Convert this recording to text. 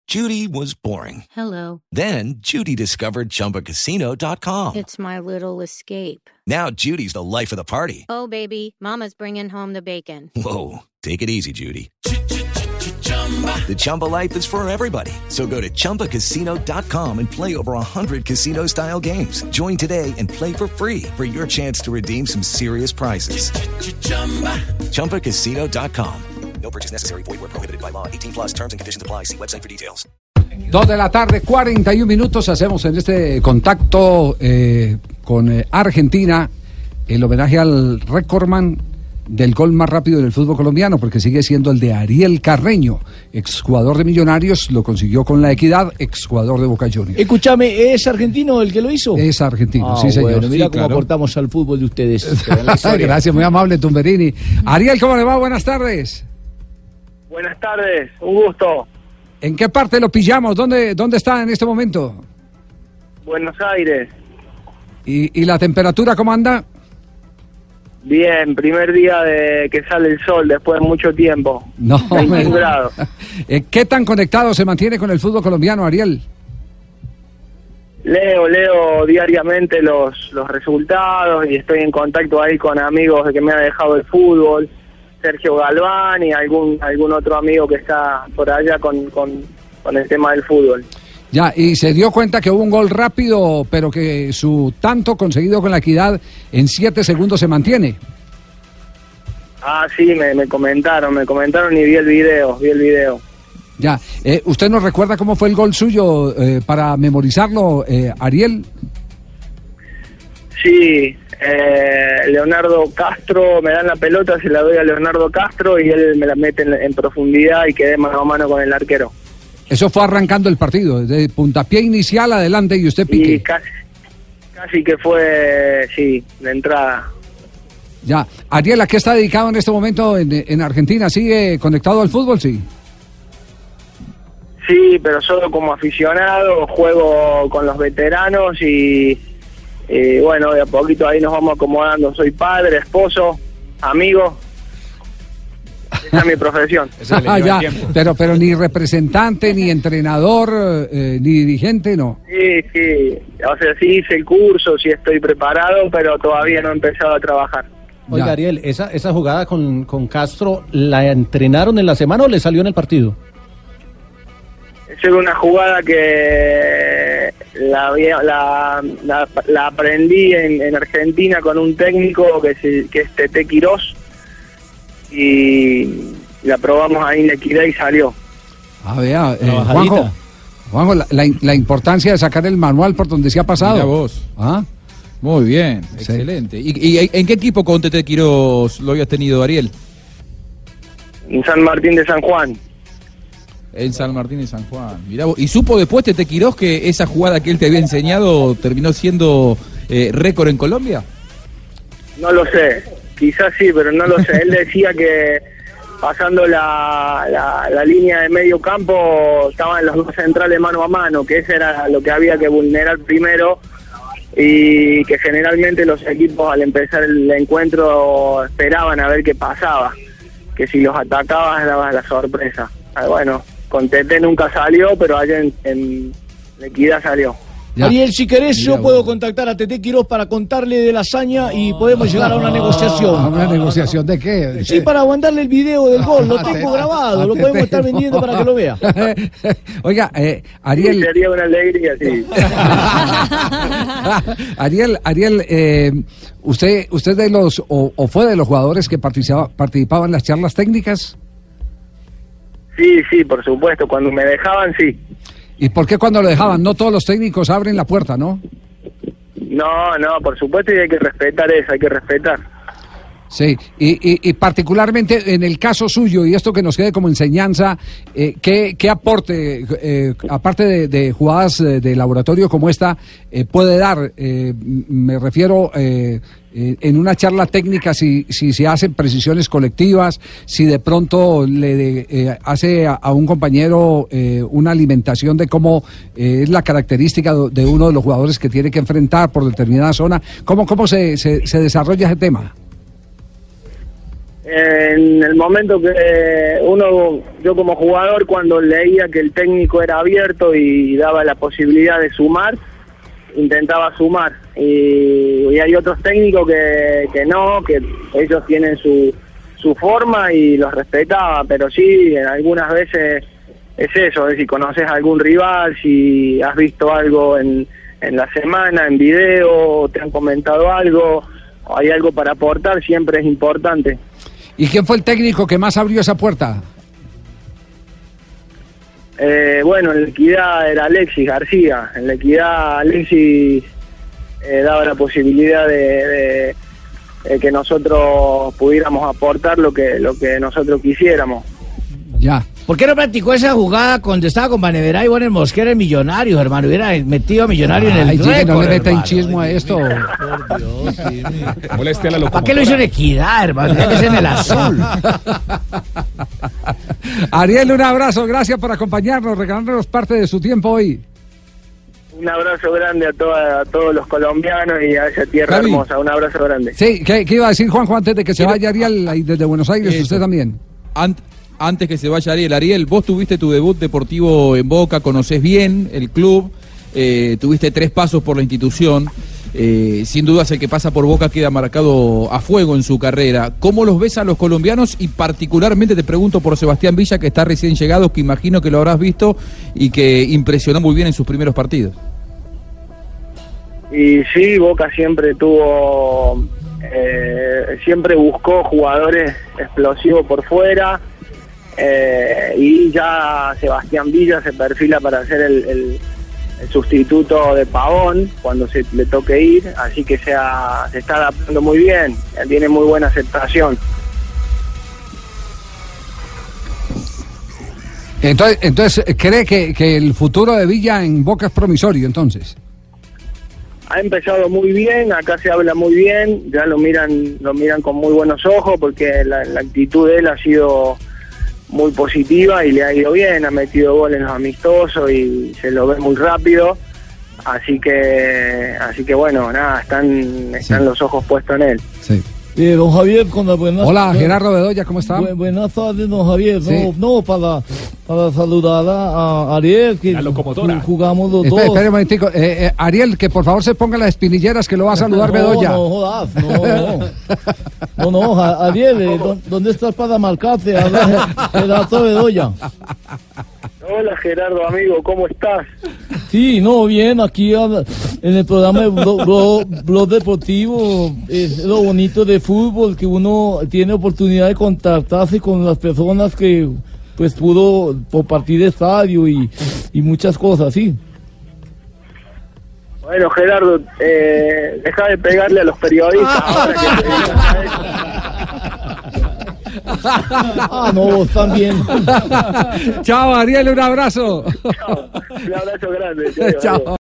Judy was boring. Hello. Then Judy discovered ChumbaCasino.com. It's my little escape. Now Judy's the life of the party. Oh, baby, mama's bringing home the bacon. Whoa, take it easy, Judy. The Chumba life is for everybody. So go to ChumbaCasino.com and play over 100 casino-style games. Join today and play for free for your chance to redeem some serious prizes. ChumbaCasino.com. No purchase necessary. Void where prohibited by law. 18 plus terms and conditions apply. See website for details. 2 de la tarde, 41 minutos. Hacemos en este contacto con Argentina el homenaje al récordman del gol más rápido del fútbol colombiano, porque sigue siendo el de Ariel Carreño, exjugador de Millonarios, lo consiguió con La Equidad, exjugador de Boca Juniors. Escúchame, ¿es argentino el que lo hizo? Es argentino, sí señor. Bueno, mira sí, cómo aportamos al fútbol de ustedes. Gracias, muy amable Tumberini. Ariel, ¿cómo le va? Buenas tardes. Buenas tardes, un gusto. ¿En qué parte lo pillamos? ¿Dónde está en este momento? Buenos Aires. ¿Y la temperatura cómo anda? Bien, primer día de que sale el sol después de mucho tiempo. No, 21 grados. ¿Qué tan conectado se mantiene con el fútbol colombiano, Ariel? Leo diariamente los resultados y estoy en contacto ahí con amigos que me han dejado el fútbol. Sergio Galván y algún otro amigo que está por allá con el tema del fútbol. Ya, y se dio cuenta que hubo un gol rápido, pero que su tanto conseguido con La Equidad en 7 segundos se mantiene. Ah, sí, me comentaron y vi el video. Ya, ¿usted nos recuerda cómo fue el gol suyo para memorizarlo, Ariel? Sí, Leonardo Castro, me dan la pelota, se la doy a Leonardo Castro y él me la mete en profundidad y quedé mano a mano con el arquero. Eso fue arrancando el partido, de puntapié inicial adelante y usted pique. Y casi que fue, sí, de entrada. Ya, Ariel, ¿a qué está dedicado en este momento en Argentina? ¿Sigue conectado al fútbol? Sí. Sí, pero solo como aficionado, juego con los veteranos y bueno, de a poquito ahí nos vamos acomodando. Soy padre, esposo, amigo. Esa es mi profesión. Ya, pero ni representante, ni entrenador, ni dirigente, no. Sí. O sea, sí hice el curso, sí estoy preparado, pero todavía no he empezado a trabajar. Oiga, ya. Ariel, esa jugada con Castro, ¿la entrenaron en la semana o le salió en el partido? Esa era una jugada que la aprendí en Argentina con un técnico que es Tete Quirós. Y la probamos ahí en La Equidad y salió. Vea, Juanjo, la importancia de sacar el manual por donde se ha pasado. Mira vos. ¿Ah? Muy bien, sí. Excelente. ¿Y en qué equipo con Tete Quirós lo habías tenido, Ariel? En San Martín de San Juan. En San Martín de San Juan. Mirá vos. ¿Y supo después Tete Quirós que esa jugada que él te había enseñado terminó siendo récord en Colombia? No lo sé. Quizás sí, pero no lo sé. Él decía que pasando la línea de medio campo estaban los dos centrales mano a mano, que ese era lo que había que vulnerar primero y que generalmente los equipos al empezar el encuentro esperaban a ver qué pasaba, que si los atacabas dabas la sorpresa. Bueno, con Tete nunca salió, pero allá en La Equidad salió. Ya. Ariel, si querés, yo puedo contactar a Tete Quirós para contarle de la hazaña y podemos llegar a una negociación. ¿Una negociación de qué? Sí, para mandarle el video del gol. Lo tengo grabado, lo podemos estar vendiendo para que lo vea. Oiga, Ariel... Sí, sería una alegría, sí. Ariel, ¿usted de los o fue de los jugadores que participaban en las charlas técnicas? Sí, por supuesto. Cuando me dejaban, sí. ¿Y por qué cuando lo dejaban? No todos los técnicos abren la puerta, ¿no? No, por supuesto, y hay que respetar eso, hay que respetar. Sí, y particularmente en el caso suyo, y esto que nos quede como enseñanza, ¿qué aporte, aparte de jugadas de laboratorio como esta, puede dar? Me refiero en una charla técnica, si se hacen precisiones colectivas, si de pronto le hace a un compañero una alimentación de cómo es la característica de uno de los jugadores que tiene que enfrentar por determinada zona, ¿cómo se desarrolla ese tema? En el momento que yo como jugador, cuando leía que el técnico era abierto y daba la posibilidad de sumar, intentaba sumar. Y hay otros técnicos que no, que ellos tienen su forma y los respetaba, pero sí, algunas veces es eso, es si conoces a algún rival, si has visto algo en la semana, en video, te han comentado algo, o hay algo para aportar, siempre es importante. ¿Y quién fue el técnico que más abrió esa puerta? Bueno, en la Equidad era Alexis García. En la Equidad Alexis daba la posibilidad de que nosotros pudiéramos aportar lo que nosotros quisiéramos. Ya. ¿Por qué no practicó esa jugada cuando estaba con Vaneverá y bueno, el Mosquera en Millonarios, hermano? Hubiera metido a Millonario en el récord, no le meta hermano. chismo a esto. Por Dios, sí, moleste a la locomotora. ¿Para qué lo hizo en Equidad, hermano? Tiene que ser en el azul. Ariel, un abrazo, gracias por acompañarnos, regalándonos parte de su tiempo hoy. Un abrazo grande a todos los colombianos y a esa tierra Javi. hermosa. Un abrazo grande. Sí, ¿qué iba a decir Juanjo antes de que se vaya Ariel ahí desde Buenos Aires? Eso. Usted también. Antes que se vaya Ariel, vos tuviste tu debut deportivo en Boca, conocés bien el club, tuviste 3 pasos por la institución, sin dudas el que pasa por Boca queda marcado a fuego en su carrera. ¿Cómo los ves a los colombianos? Y particularmente te pregunto por Sebastián Villa, que está recién llegado, que imagino que lo habrás visto y que impresionó muy bien en sus primeros partidos. Y sí, Boca siempre siempre buscó jugadores explosivos por fuera. Y ya Sebastián Villa se perfila para ser el sustituto de Pavón cuando se le toque ir, así que se está adaptando muy bien, tiene muy buena aceptación. Entonces ¿cree que el futuro de Villa en Boca es promisorio entonces? Ha empezado muy bien, acá se habla muy bien, ya lo miran con muy buenos ojos porque la actitud de él ha sido muy positiva y le ha ido bien, ha metido gol en los amistosos y se lo ve muy rápido, así que bueno, nada, están los ojos puestos en él. Sí. Don Javier, con la buenas. Hola, Gerardo Bedoya, ¿cómo está? Buenas tardes, don Javier. Sí. No, para saludar a Ariel, que La locomotora. jugamos los dos. Espera un momentico. Ariel, que por favor se ponga las espinilleras que lo va a saludar Bedoya. No jodas, no, Ariel, ¿dónde estás para marcarte? El dato Bedoya. Hola Gerardo, amigo, ¿cómo estás? Sí, no, bien, aquí en el programa de Blog Deportivo, es lo bonito de fútbol, que uno tiene oportunidad de contactarse con las personas que pues pudo compartir estadio y muchas cosas, sí. Bueno Gerardo, deja de pegarle a los periodistas ahora que No, vos también. Chao, Ariel, un abrazo. Chao. Un abrazo grande. Chao.